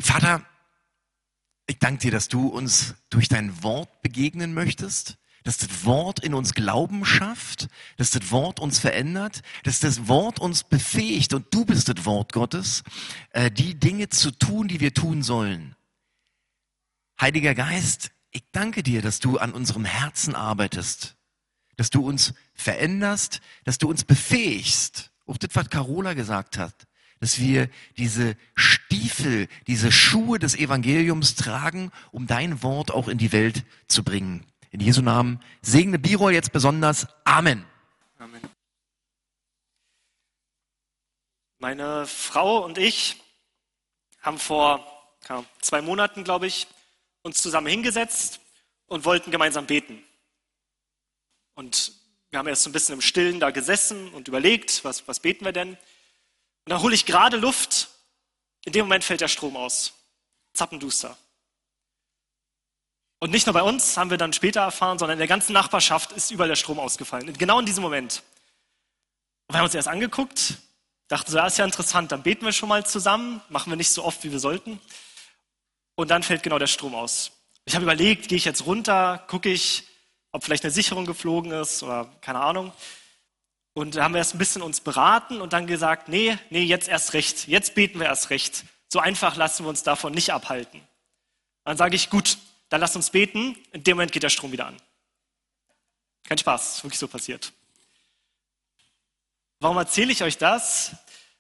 Vater, ich danke dir, dass du uns durch dein Wort begegnen möchtest, dass das Wort in uns Glauben schafft, dass das Wort uns verändert, dass das Wort uns befähigt und du bist das Wort Gottes, die Dinge zu tun, die wir tun sollen. Heiliger Geist, ich danke dir, dass du an unserem Herzen arbeitest, dass du uns veränderst, dass du uns befähigst, auch das, was Carola gesagt hat, dass wir diese Stiefel, diese Schuhe des Evangeliums tragen, um dein Wort auch in die Welt zu bringen. In Jesu Namen segne Birol jetzt besonders. Amen. Amen. Meine Frau und ich haben vor 2 Monaten, glaube ich, uns zusammen hingesetzt und wollten gemeinsam beten. Und wir haben erst so ein bisschen im Stillen da gesessen und überlegt, was beten wir denn? Und dann hole ich gerade Luft. In dem Moment fällt der Strom aus. Zappenduster. Und nicht nur bei uns, haben wir dann später erfahren, sondern in der ganzen Nachbarschaft ist überall der Strom ausgefallen. Genau in diesem Moment. Und wir haben uns erst angeguckt, dachten so, ja, ist ja interessant, dann beten wir schon mal zusammen, machen wir nicht so oft, wie wir sollten. Und dann fällt genau der Strom aus. Ich habe überlegt, gehe ich jetzt runter, gucke ich, ob vielleicht eine Sicherung geflogen ist oder keine Ahnung. Und da haben wir erst ein bisschen uns beraten und dann gesagt, nee, jetzt erst recht, jetzt beten wir erst recht. So einfach lassen wir uns davon nicht abhalten. Dann sage ich, gut, dann lass uns beten. In dem Moment geht der Strom wieder an. Kein Spaß, ist wirklich so passiert. Warum erzähle ich euch das?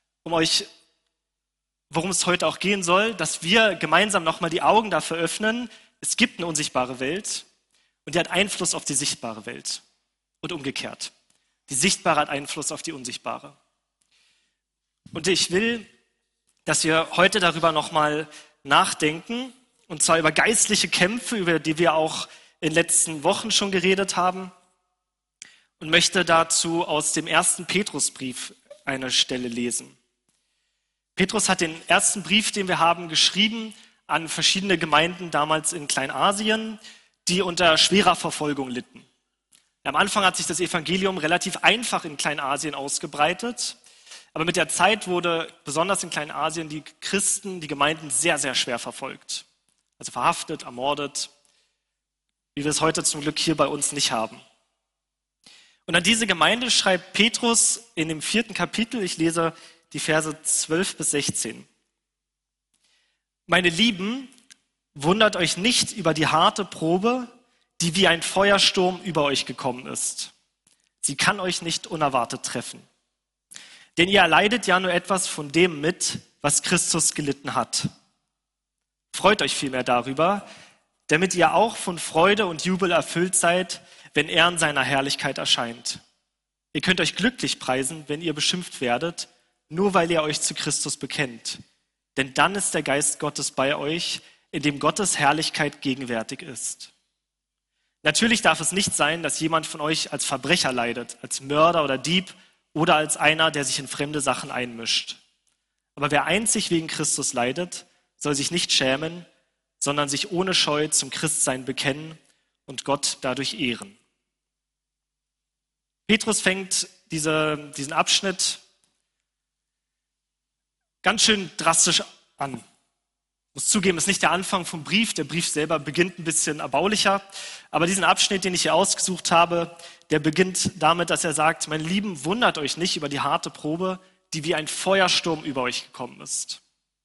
Worum es heute auch gehen soll, dass wir gemeinsam nochmal die Augen dafür öffnen, es gibt eine unsichtbare Welt und die hat Einfluss auf die sichtbare Welt und umgekehrt. Die sichtbare hat Einfluss auf die unsichtbare. Und ich will, dass wir heute darüber nochmal nachdenken, und zwar über geistliche Kämpfe, über die wir auch in den letzten Wochen schon geredet haben, und möchte dazu aus dem 1. Petrusbrief eine Stelle lesen. Petrus hat den ersten Brief, den wir haben, geschrieben an verschiedene Gemeinden damals in Kleinasien, die unter schwerer Verfolgung litten. Am Anfang hat sich das Evangelium relativ einfach in Kleinasien ausgebreitet, aber mit der Zeit wurde besonders in Kleinasien die Christen, die Gemeinden sehr, sehr schwer verfolgt. Also verhaftet, ermordet, wie wir es heute zum Glück hier bei uns nicht haben. Und an diese Gemeinde schreibt Petrus in dem 4. Kapitel, ich lese die Verse 12 bis 16. Meine Lieben, wundert euch nicht über die harte Probe, die wie ein Feuersturm über euch gekommen ist. Sie kann euch nicht unerwartet treffen. Denn ihr erleidet ja nur etwas von dem mit, was Christus gelitten hat. Freut euch vielmehr darüber, damit ihr auch von Freude und Jubel erfüllt seid, wenn er in seiner Herrlichkeit erscheint. Ihr könnt euch glücklich preisen, wenn ihr beschimpft werdet, nur weil ihr euch zu Christus bekennt. Denn dann ist der Geist Gottes bei euch, in dem Gottes Herrlichkeit gegenwärtig ist. Natürlich darf es nicht sein, dass jemand von euch als Verbrecher leidet, als Mörder oder Dieb oder als einer, der sich in fremde Sachen einmischt. Aber wer einzig wegen Christus leidet, soll sich nicht schämen, sondern sich ohne Scheu zum Christsein bekennen und Gott dadurch ehren. Petrus fängt diesen Abschnitt ganz schön drastisch an. Ich muss zugeben, es ist nicht der Anfang vom Brief. Der Brief selber beginnt ein bisschen erbaulicher. Aber diesen Abschnitt, den ich hier ausgesucht habe, der beginnt damit, dass er sagt, meine Lieben, wundert euch nicht über die harte Probe, die wie ein Feuersturm über euch gekommen ist.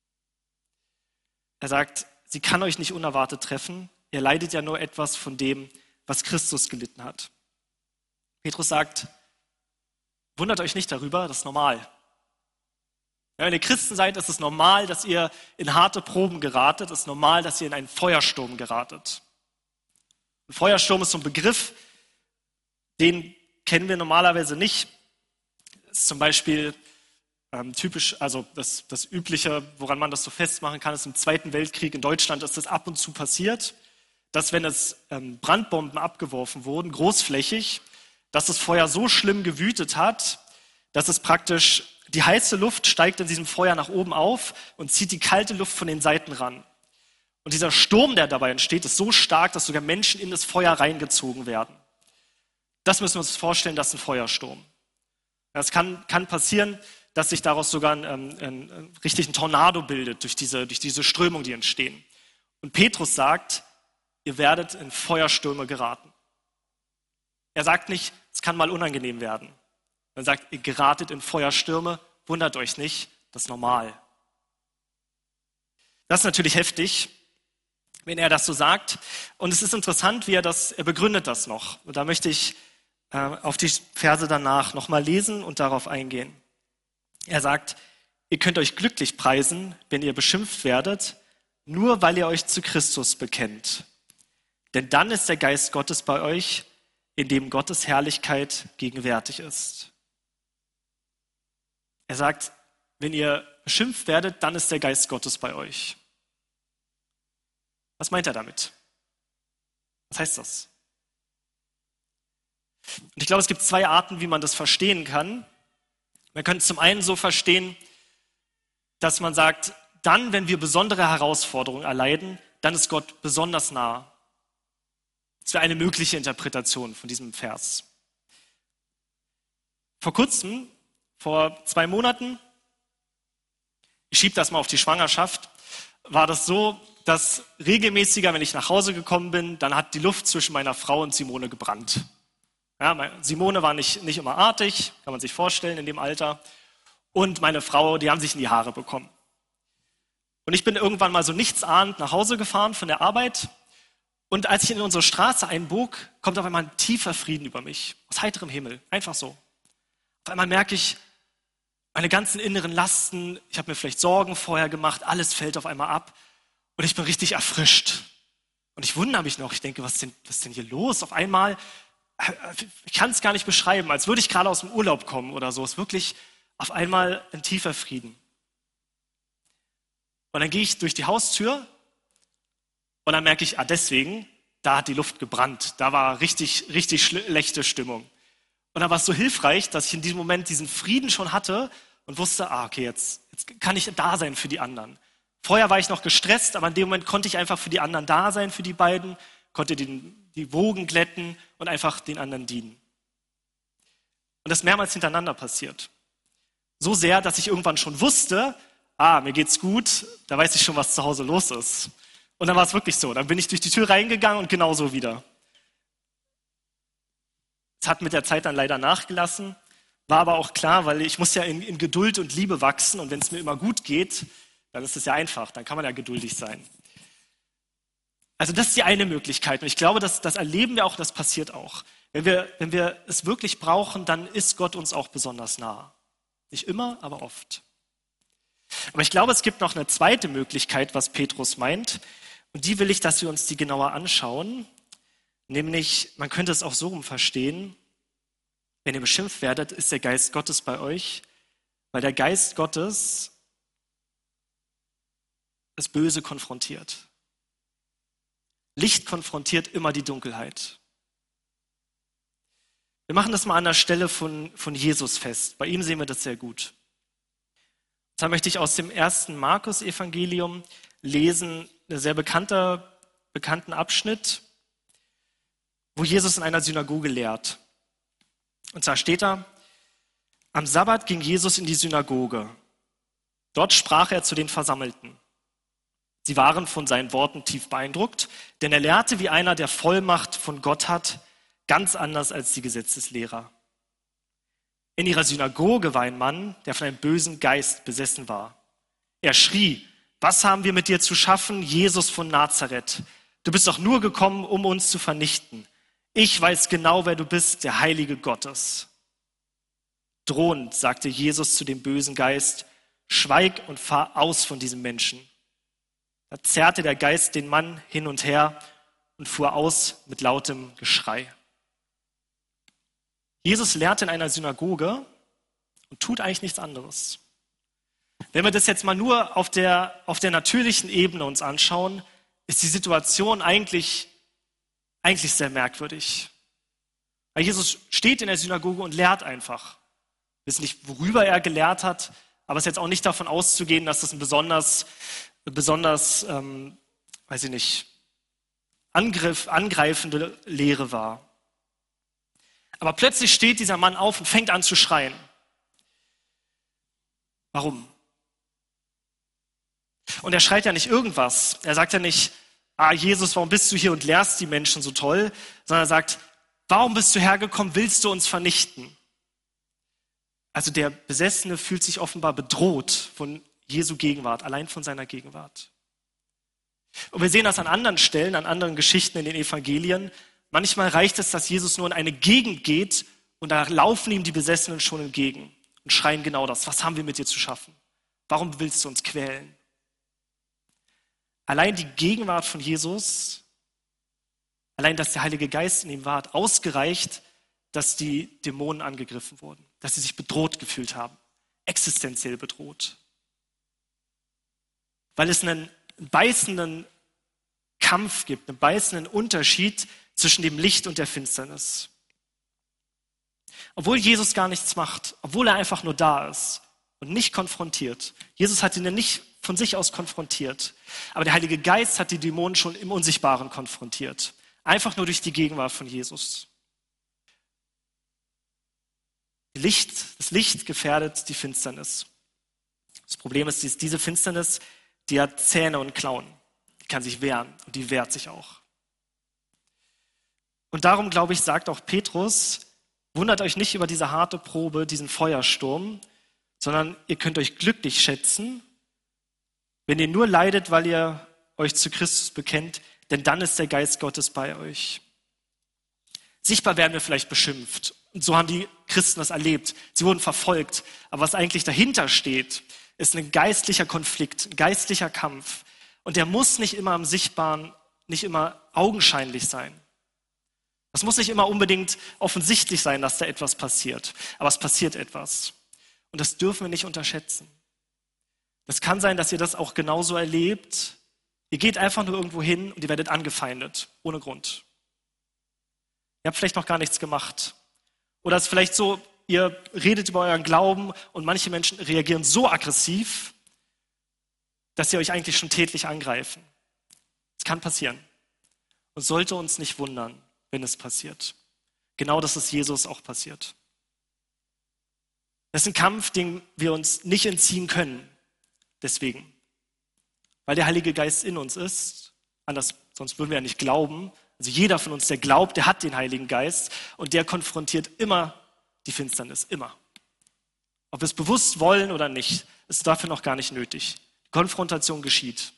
Er sagt, sie kann euch nicht unerwartet treffen. Ihr leidet ja nur etwas von dem, was Christus gelitten hat. Petrus sagt, wundert euch nicht darüber, das ist normal. Ja, wenn ihr Christen seid, ist es normal, dass ihr in harte Proben geratet. Es ist normal, dass ihr in einen Feuersturm geratet. Ein Feuersturm ist so ein Begriff, den kennen wir normalerweise nicht. Das ist zum Beispiel typisch, also das Übliche, woran man das so festmachen kann, ist im Zweiten Weltkrieg in Deutschland ist das ab und zu passiert, dass wenn es Brandbomben abgeworfen wurden, großflächig, dass das Feuer so schlimm gewütet hat, dass es praktisch die heiße Luft steigt in diesem Feuer nach oben auf und zieht die kalte Luft von den Seiten ran. Und dieser Sturm, der dabei entsteht, ist so stark, dass sogar Menschen in das Feuer reingezogen werden. Das müssen wir uns vorstellen, das ist ein Feuersturm. Es kann passieren, dass sich daraus sogar ein richtigen Tornado bildet durch diese Strömung, die entstehen. Und Petrus sagt, ihr werdet in Feuerstürme geraten. Er sagt nicht, es kann mal unangenehm werden. Er sagt, ihr geratet in Feuerstürme, wundert euch nicht, das ist normal. Das ist natürlich heftig, wenn er das so sagt. Und es ist interessant, er begründet das noch. Und da möchte ich auf die Verse danach nochmal lesen und darauf eingehen. Er sagt, ihr könnt euch glücklich preisen, wenn ihr beschimpft werdet, nur weil ihr euch zu Christus bekennt. Denn dann ist der Geist Gottes bei euch, in dem Gottes Herrlichkeit gegenwärtig ist. Er sagt, wenn ihr beschimpft werdet, dann ist der Geist Gottes bei euch. Was meint er damit? Was heißt das? Und ich glaube, es gibt zwei Arten, wie man das verstehen kann. Man könnte es zum einen so verstehen, dass man sagt, dann, wenn wir besondere Herausforderungen erleiden, dann ist Gott besonders nah. Das wäre eine mögliche Interpretation von diesem Vers. Vor kurzem, vor 2 Monaten, ich schiebe das mal auf die Schwangerschaft, war das so, dass regelmäßiger, wenn ich nach Hause gekommen bin, dann hat die Luft zwischen meiner Frau und Simone gebrannt. Ja, Simone war nicht immer artig, kann man sich vorstellen in dem Alter. Und meine Frau, die haben sich in die Haare bekommen. Und ich bin irgendwann mal so nichtsahnend nach Hause gefahren von der Arbeit. Und als ich in unsere Straße einbog, kommt auf einmal ein tiefer Frieden über mich. Aus heiterem Himmel, einfach so. Auf einmal merke ich, meine ganzen inneren Lasten, ich habe mir vielleicht Sorgen vorher gemacht, alles fällt auf einmal ab. Und ich bin richtig erfrischt. Und ich wundere mich noch, ich denke, was ist denn hier los? Auf einmal, ich kann es gar nicht beschreiben, als würde ich gerade aus dem Urlaub kommen oder so. Es ist wirklich auf einmal ein tiefer Frieden. Und dann gehe ich durch die Haustür und dann merke ich, deswegen, da hat die Luft gebrannt. Da war richtig schlechte Stimmung. Und dann war es so hilfreich, dass ich in diesem Moment diesen Frieden schon hatte und wusste, okay, jetzt kann ich da sein für die anderen. Vorher war ich noch gestresst, aber in dem Moment konnte ich einfach für die anderen da sein, für die beiden, konnte die Wogen glätten und einfach den anderen dienen. Und das mehrmals hintereinander passiert. So sehr, dass ich irgendwann schon wusste, mir geht's gut, da weiß ich schon, was zu Hause los ist. Und dann war es wirklich so. Dann bin ich durch die Tür reingegangen und genauso wieder. Es hat mit der Zeit dann leider nachgelassen, war aber auch klar, weil ich muss ja in Geduld und Liebe wachsen und wenn es mir immer gut geht, dann ist es ja einfach, dann kann man ja geduldig sein. Also das ist die eine Möglichkeit und ich glaube, das erleben wir auch, das passiert auch. Wenn wir es wirklich brauchen, dann ist Gott uns auch besonders nah. Nicht immer, aber oft. Aber ich glaube, es gibt noch eine zweite Möglichkeit, was Petrus meint und die will ich, dass wir uns die genauer anschauen. Nämlich, man könnte es auch so rum verstehen, wenn ihr beschimpft werdet, ist der Geist Gottes bei euch, weil der Geist Gottes das Böse konfrontiert. Licht konfrontiert immer die Dunkelheit. Wir machen das mal an der Stelle von Jesus fest. Bei ihm sehen wir das sehr gut. Da möchte ich aus dem 1. Markus-Evangelium lesen, einen sehr bekannten Abschnitt, wo Jesus in einer Synagoge lehrt. Und zwar steht da, am Sabbat ging Jesus in die Synagoge. Dort sprach er zu den Versammelten. Sie waren von seinen Worten tief beeindruckt, denn er lehrte wie einer, der Vollmacht von Gott hat, ganz anders als die Gesetzeslehrer. In ihrer Synagoge war ein Mann, der von einem bösen Geist besessen war. Er schrie, was haben wir mit dir zu schaffen, Jesus von Nazareth? Du bist doch nur gekommen, um uns zu vernichten. Ich weiß genau, wer du bist, der Heilige Gottes. Drohend sagte Jesus zu dem bösen Geist, schweig und fahr aus von diesem Menschen. Da zerrte der Geist den Mann hin und her und fuhr aus mit lautem Geschrei. Jesus lehrt in einer Synagoge und tut eigentlich nichts anderes. Wenn wir das jetzt mal nur auf der natürlichen Ebene uns anschauen, ist die Situation eigentlich sehr merkwürdig. Weil Jesus steht in der Synagoge und lehrt einfach. Wir wissen nicht, worüber er gelehrt hat, aber es ist jetzt auch nicht davon auszugehen, dass das ein besonders angreifende Lehre war. Aber plötzlich steht dieser Mann auf und fängt an zu schreien. Warum? Und er schreit ja nicht irgendwas. Er sagt ja nicht, Jesus, warum bist du hier und lehrst die Menschen so toll? Sondern er sagt, warum bist du hergekommen? Willst du uns vernichten? Also der Besessene fühlt sich offenbar bedroht von Jesu Gegenwart, allein von seiner Gegenwart. Und wir sehen das an anderen Stellen, an anderen Geschichten in den Evangelien. Manchmal reicht es, dass Jesus nur in eine Gegend geht und da laufen ihm die Besessenen schon entgegen und schreien genau das. Was haben wir mit dir zu schaffen? Warum willst du uns quälen? Allein die Gegenwart von Jesus, allein, dass der Heilige Geist in ihm war, hat ausgereicht, dass die Dämonen angegriffen wurden, dass sie sich bedroht gefühlt haben, existenziell bedroht. Weil es einen beißenden Kampf gibt, einen beißenden Unterschied zwischen dem Licht und der Finsternis. Obwohl Jesus gar nichts macht, obwohl er einfach nur da ist und nicht konfrontiert. Jesus hat ihn ja nicht von sich aus konfrontiert. Aber der Heilige Geist hat die Dämonen schon im Unsichtbaren konfrontiert. Einfach nur durch die Gegenwart von Jesus. Das Licht gefährdet die Finsternis. Das Problem ist, diese Finsternis, die hat Zähne und Klauen. Die kann sich wehren und die wehrt sich auch. Und darum, glaube ich, sagt auch Petrus, wundert euch nicht über diese harte Probe, diesen Feuersturm, sondern ihr könnt euch glücklich schätzen, wenn ihr nur leidet, weil ihr euch zu Christus bekennt, denn dann ist der Geist Gottes bei euch. Sichtbar werden wir vielleicht beschimpft. Und so haben die Christen das erlebt. Sie wurden verfolgt. Aber was eigentlich dahinter steht, ist ein geistlicher Konflikt, ein geistlicher Kampf. Und der muss nicht immer im Sichtbaren, nicht immer augenscheinlich sein. Es muss nicht immer unbedingt offensichtlich sein, dass da etwas passiert. Aber es passiert etwas. Und das dürfen wir nicht unterschätzen. Es kann sein, dass ihr das auch genauso erlebt. Ihr geht einfach nur irgendwo hin und ihr werdet angefeindet, ohne Grund. Ihr habt vielleicht noch gar nichts gemacht. Oder es ist vielleicht so, ihr redet über euren Glauben und manche Menschen reagieren so aggressiv, dass sie euch eigentlich schon tätlich angreifen. Es kann passieren. Und sollte uns nicht wundern, wenn es passiert. Genau das ist Jesus auch passiert. Das ist ein Kampf, den wir uns nicht entziehen können. Deswegen. Weil der Heilige Geist in uns ist. Anders, sonst würden wir ja nicht glauben. Also jeder von uns, der glaubt, der hat den Heiligen Geist und der konfrontiert immer die Finsternis, immer. Ob wir es bewusst wollen oder nicht, ist dafür noch gar nicht nötig. Die Konfrontation geschieht.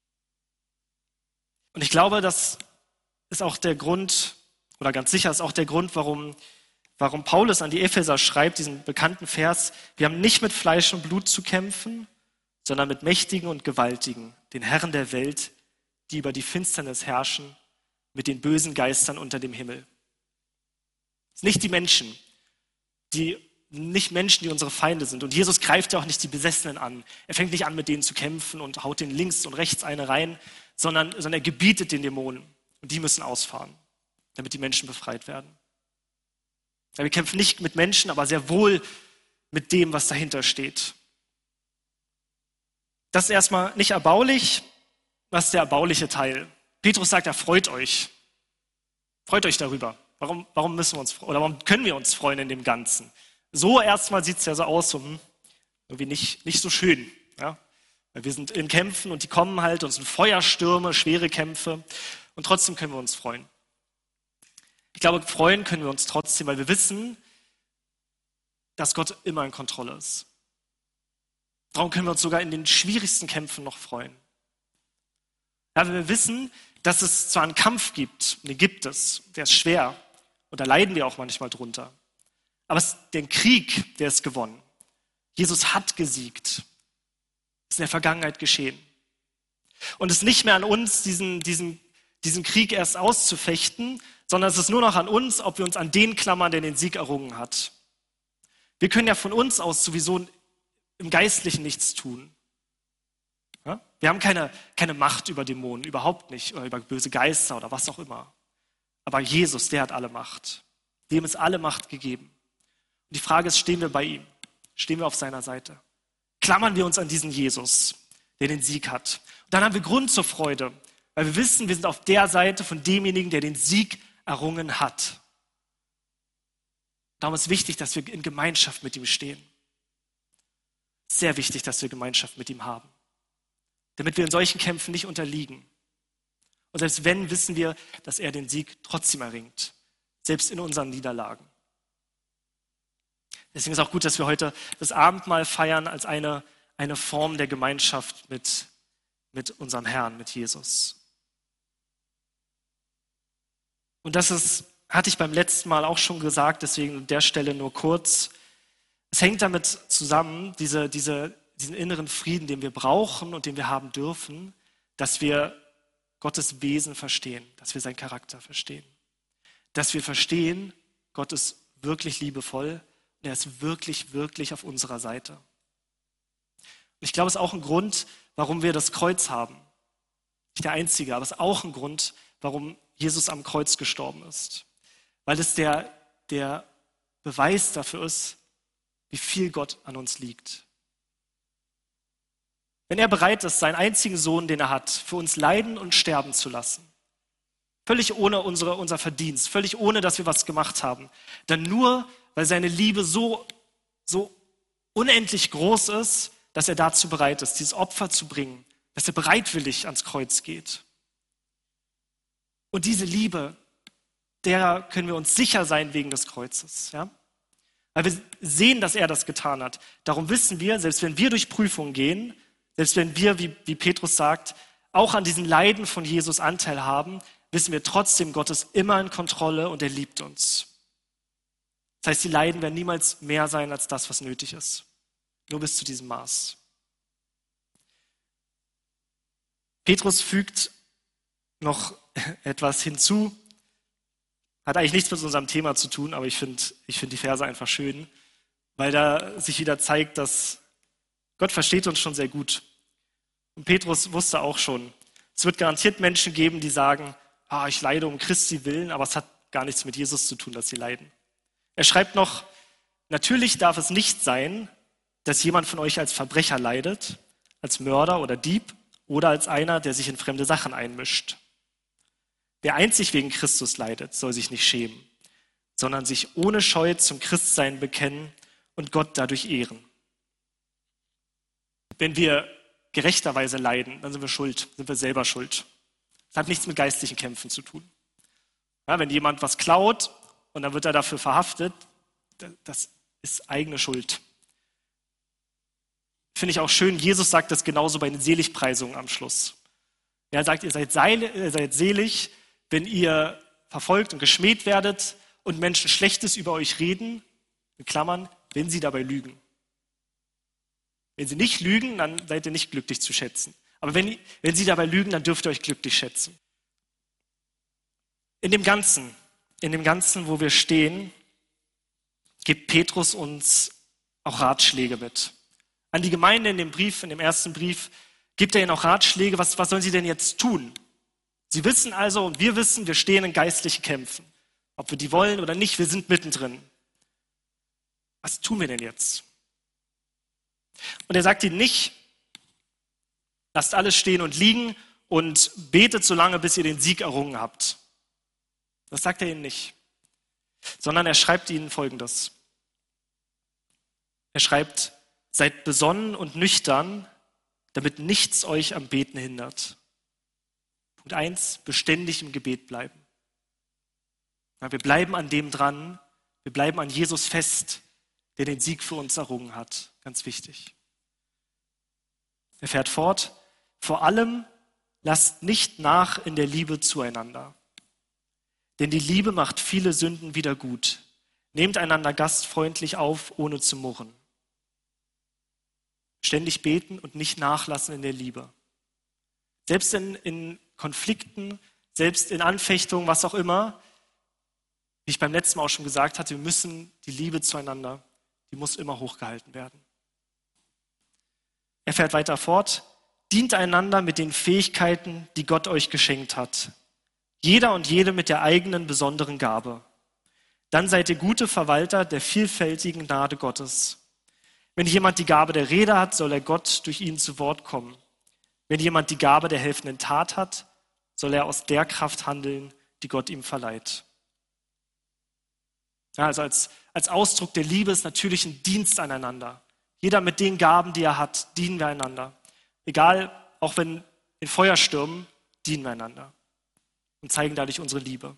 Und ich glaube, das ist auch der Grund, oder ganz sicher ist auch der Grund, warum Paulus an die Epheser schreibt, diesen bekannten Vers, wir haben nicht mit Fleisch und Blut zu kämpfen, sondern mit Mächtigen und Gewaltigen, den Herren der Welt, die über die Finsternis herrschen, mit den bösen Geistern unter dem Himmel. Es sind nicht die Menschen, die unsere Feinde sind. Und Jesus greift ja auch nicht die Besessenen an. Er fängt nicht an, mit denen zu kämpfen und haut denen links und rechts eine rein, sondern er gebietet den Dämonen. Und die müssen ausfahren, damit die Menschen befreit werden. Ja, wir kämpfen nicht mit Menschen, aber sehr wohl mit dem, was dahinter steht. Das ist erstmal nicht erbaulich. Was ist der erbauliche Teil? Petrus sagt, freut euch. Freut euch darüber. Warum müssen wir uns oder warum können wir uns freuen in dem Ganzen? So erstmal sieht es ja so aus, so irgendwie nicht so schön. Ja? Weil wir sind in Kämpfen und die kommen halt und es sind Feuerstürme, schwere Kämpfe und trotzdem können wir uns freuen. Ich glaube, freuen können wir uns trotzdem, weil wir wissen, dass Gott immer in Kontrolle ist. Darum können wir uns sogar in den schwierigsten Kämpfen noch freuen. Ja, weil wir wissen, dass es zwar einen Kampf gibt, den gibt es, der ist schwer und da leiden wir auch manchmal drunter. Aber den Krieg, der ist gewonnen. Jesus hat gesiegt. Das ist in der Vergangenheit geschehen. Und es ist nicht mehr an uns, diesen Krieg erst auszufechten, sondern es ist nur noch an uns, ob wir uns an den klammern, der den Sieg errungen hat. Wir können ja von uns aus sowieso im Geistlichen nichts tun. Ja? Wir haben keine Macht über Dämonen, überhaupt nicht, oder über böse Geister oder was auch immer. Aber Jesus, der hat alle Macht. Dem ist alle Macht gegeben. Und die Frage ist, stehen wir bei ihm? Stehen wir auf seiner Seite? Klammern wir uns an diesen Jesus, der den Sieg hat? Und dann haben wir Grund zur Freude, weil wir wissen, wir sind auf der Seite von demjenigen, der den Sieg errungen hat. Darum ist wichtig, dass wir in Gemeinschaft mit ihm stehen. Sehr wichtig, dass wir Gemeinschaft mit ihm haben, damit wir in solchen Kämpfen nicht unterliegen. Und selbst wenn, wissen wir, dass er den Sieg trotzdem erringt, selbst in unseren Niederlagen. Deswegen ist auch gut, dass wir heute das Abendmahl feiern als eine Form der Gemeinschaft mit unserem Herrn, mit Jesus. Und das hatte ich beim letzten Mal auch schon gesagt, deswegen an der Stelle nur kurz. Es hängt damit zusammen, diesen inneren Frieden, den wir brauchen und den wir haben dürfen, dass wir Gottes Wesen verstehen, dass wir seinen Charakter verstehen. Dass wir verstehen, Gott ist wirklich liebevoll und er ist wirklich, wirklich auf unserer Seite. Und ich glaube, es ist auch ein Grund, warum wir das Kreuz haben. Nicht der einzige, aber es ist auch ein Grund, warum Jesus am Kreuz gestorben ist. Weil es der Beweis dafür ist, wie viel Gott an uns liegt. Wenn er bereit ist, seinen einzigen Sohn, den er hat, für uns leiden und sterben zu lassen, völlig ohne unser Verdienst, völlig ohne, dass wir was gemacht haben, dann nur, weil seine Liebe so unendlich groß ist, dass er dazu bereit ist, dieses Opfer zu bringen, dass er bereitwillig ans Kreuz geht. Und diese Liebe, der können wir uns sicher sein wegen des Kreuzes. Ja? Weil wir sehen, dass er das getan hat. Darum wissen wir, selbst wenn wir durch Prüfungen gehen, selbst wenn wir, wie Petrus sagt, auch an diesen Leiden von Jesus Anteil haben, wissen wir trotzdem, Gott ist immer in Kontrolle und er liebt uns. Das heißt, die Leiden werden niemals mehr sein als das, was nötig ist. Nur bis zu diesem Maß. Petrus fügt noch etwas hinzu. Hat eigentlich nichts mit unserem Thema zu tun, aber ich finde die Verse einfach schön, weil da sich wieder zeigt, dass Gott versteht uns schon sehr gut. Und Petrus wusste auch schon, es wird garantiert Menschen geben, die sagen, ich leide um Christi willen, aber es hat gar nichts mit Jesus zu tun, dass sie leiden. Er schreibt noch, natürlich darf es nicht sein, dass jemand von euch als Verbrecher leidet, als Mörder oder Dieb oder als einer, der sich in fremde Sachen einmischt. Wer einzig wegen Christus leidet, soll sich nicht schämen, sondern sich ohne Scheu zum Christsein bekennen und Gott dadurch ehren. Wenn wir gerechterweise leiden, dann sind wir selber schuld. Das hat nichts mit geistlichen Kämpfen zu tun. Ja, wenn jemand was klaut und dann wird er dafür verhaftet, das ist eigene Schuld. Finde ich auch schön, Jesus sagt das genauso bei den Seligpreisungen am Schluss. Er sagt, ihr seid selig, wenn ihr verfolgt und geschmäht werdet und Menschen Schlechtes über euch reden, in Klammern, wenn sie dabei lügen. Wenn sie nicht lügen, dann seid ihr nicht glücklich zu schätzen. Aber wenn sie dabei lügen, dann dürft ihr euch glücklich schätzen. In dem Ganzen, wo wir stehen, gibt Petrus uns auch Ratschläge mit. An die Gemeinde in dem ersten Brief, gibt er ihnen auch Ratschläge, was sollen sie denn jetzt tun? Sie wissen also und wir wissen, wir stehen in geistlichen Kämpfen. Ob wir die wollen oder nicht, wir sind mittendrin. Was tun wir denn jetzt? Und er sagt ihnen nicht, lasst alles stehen und liegen und betet so lange, bis ihr den Sieg errungen habt. Das sagt er ihnen nicht. Sondern er schreibt ihnen Folgendes. Er schreibt, seid besonnen und nüchtern, damit nichts euch am Beten hindert. Punkt 1, beständig im Gebet bleiben. Ja, wir bleiben an dem dran, wir bleiben an Jesus fest, der den Sieg für uns errungen hat. Ganz wichtig. Er fährt fort, vor allem lasst nicht nach in der Liebe zueinander. Denn die Liebe macht viele Sünden wieder gut. Nehmt einander gastfreundlich auf, ohne zu murren. Ständig beten und nicht nachlassen in der Liebe. Selbst in Konflikten, selbst in Anfechtungen, was auch immer, wie ich beim letzten Mal auch schon gesagt hatte, wir müssen die Liebe zueinander, die muss immer hochgehalten werden. Er fährt weiter fort, dient einander mit den Fähigkeiten, die Gott euch geschenkt hat. Jeder und jede mit der eigenen besonderen Gabe. Dann seid ihr gute Verwalter der vielfältigen Gnade Gottes. Wenn jemand die Gabe der Rede hat, soll er Gott durch ihn zu Wort kommen. Wenn jemand die Gabe der helfenden Tat hat, soll er aus der Kraft handeln, die Gott ihm verleiht. Ja, also als Ausdruck der Liebe ist natürlich ein Dienst aneinander. Jeder mit den Gaben, die er hat, dienen wir einander. Egal, auch wenn in Feuerstürmen, dienen wir einander und zeigen dadurch unsere Liebe.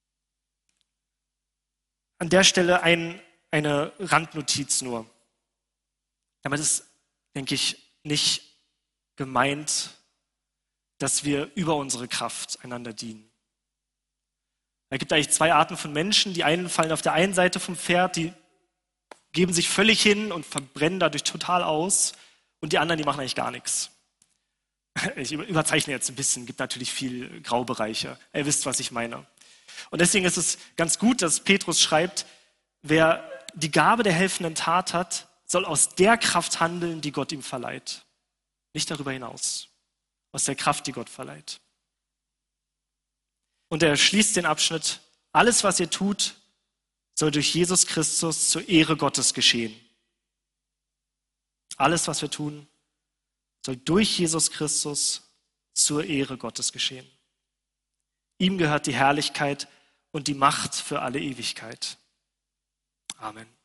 An der Stelle eine Randnotiz nur. Damit ist, denke ich, nicht gemeint, dass wir über unsere Kraft einander dienen. Es gibt eigentlich zwei Arten von Menschen. Die einen fallen auf der einen Seite vom Pferd, die geben sich völlig hin und verbrennen dadurch total aus. Und die anderen, die machen eigentlich gar nichts. Ich überzeichne jetzt ein bisschen, gibt natürlich viel Graubereiche. Ihr wisst, was ich meine. Und deswegen ist es ganz gut, dass Petrus schreibt, wer die Gabe der helfenden Tat hat, soll aus der Kraft handeln, die Gott ihm verleiht. Nicht darüber hinaus. Aus der Kraft, die Gott verleiht. Und er schließt den Abschnitt, alles, was ihr tut, soll durch Jesus Christus zur Ehre Gottes geschehen. Alles, was wir tun, soll durch Jesus Christus zur Ehre Gottes geschehen. Ihm gehört die Herrlichkeit und die Macht für alle Ewigkeit. Amen.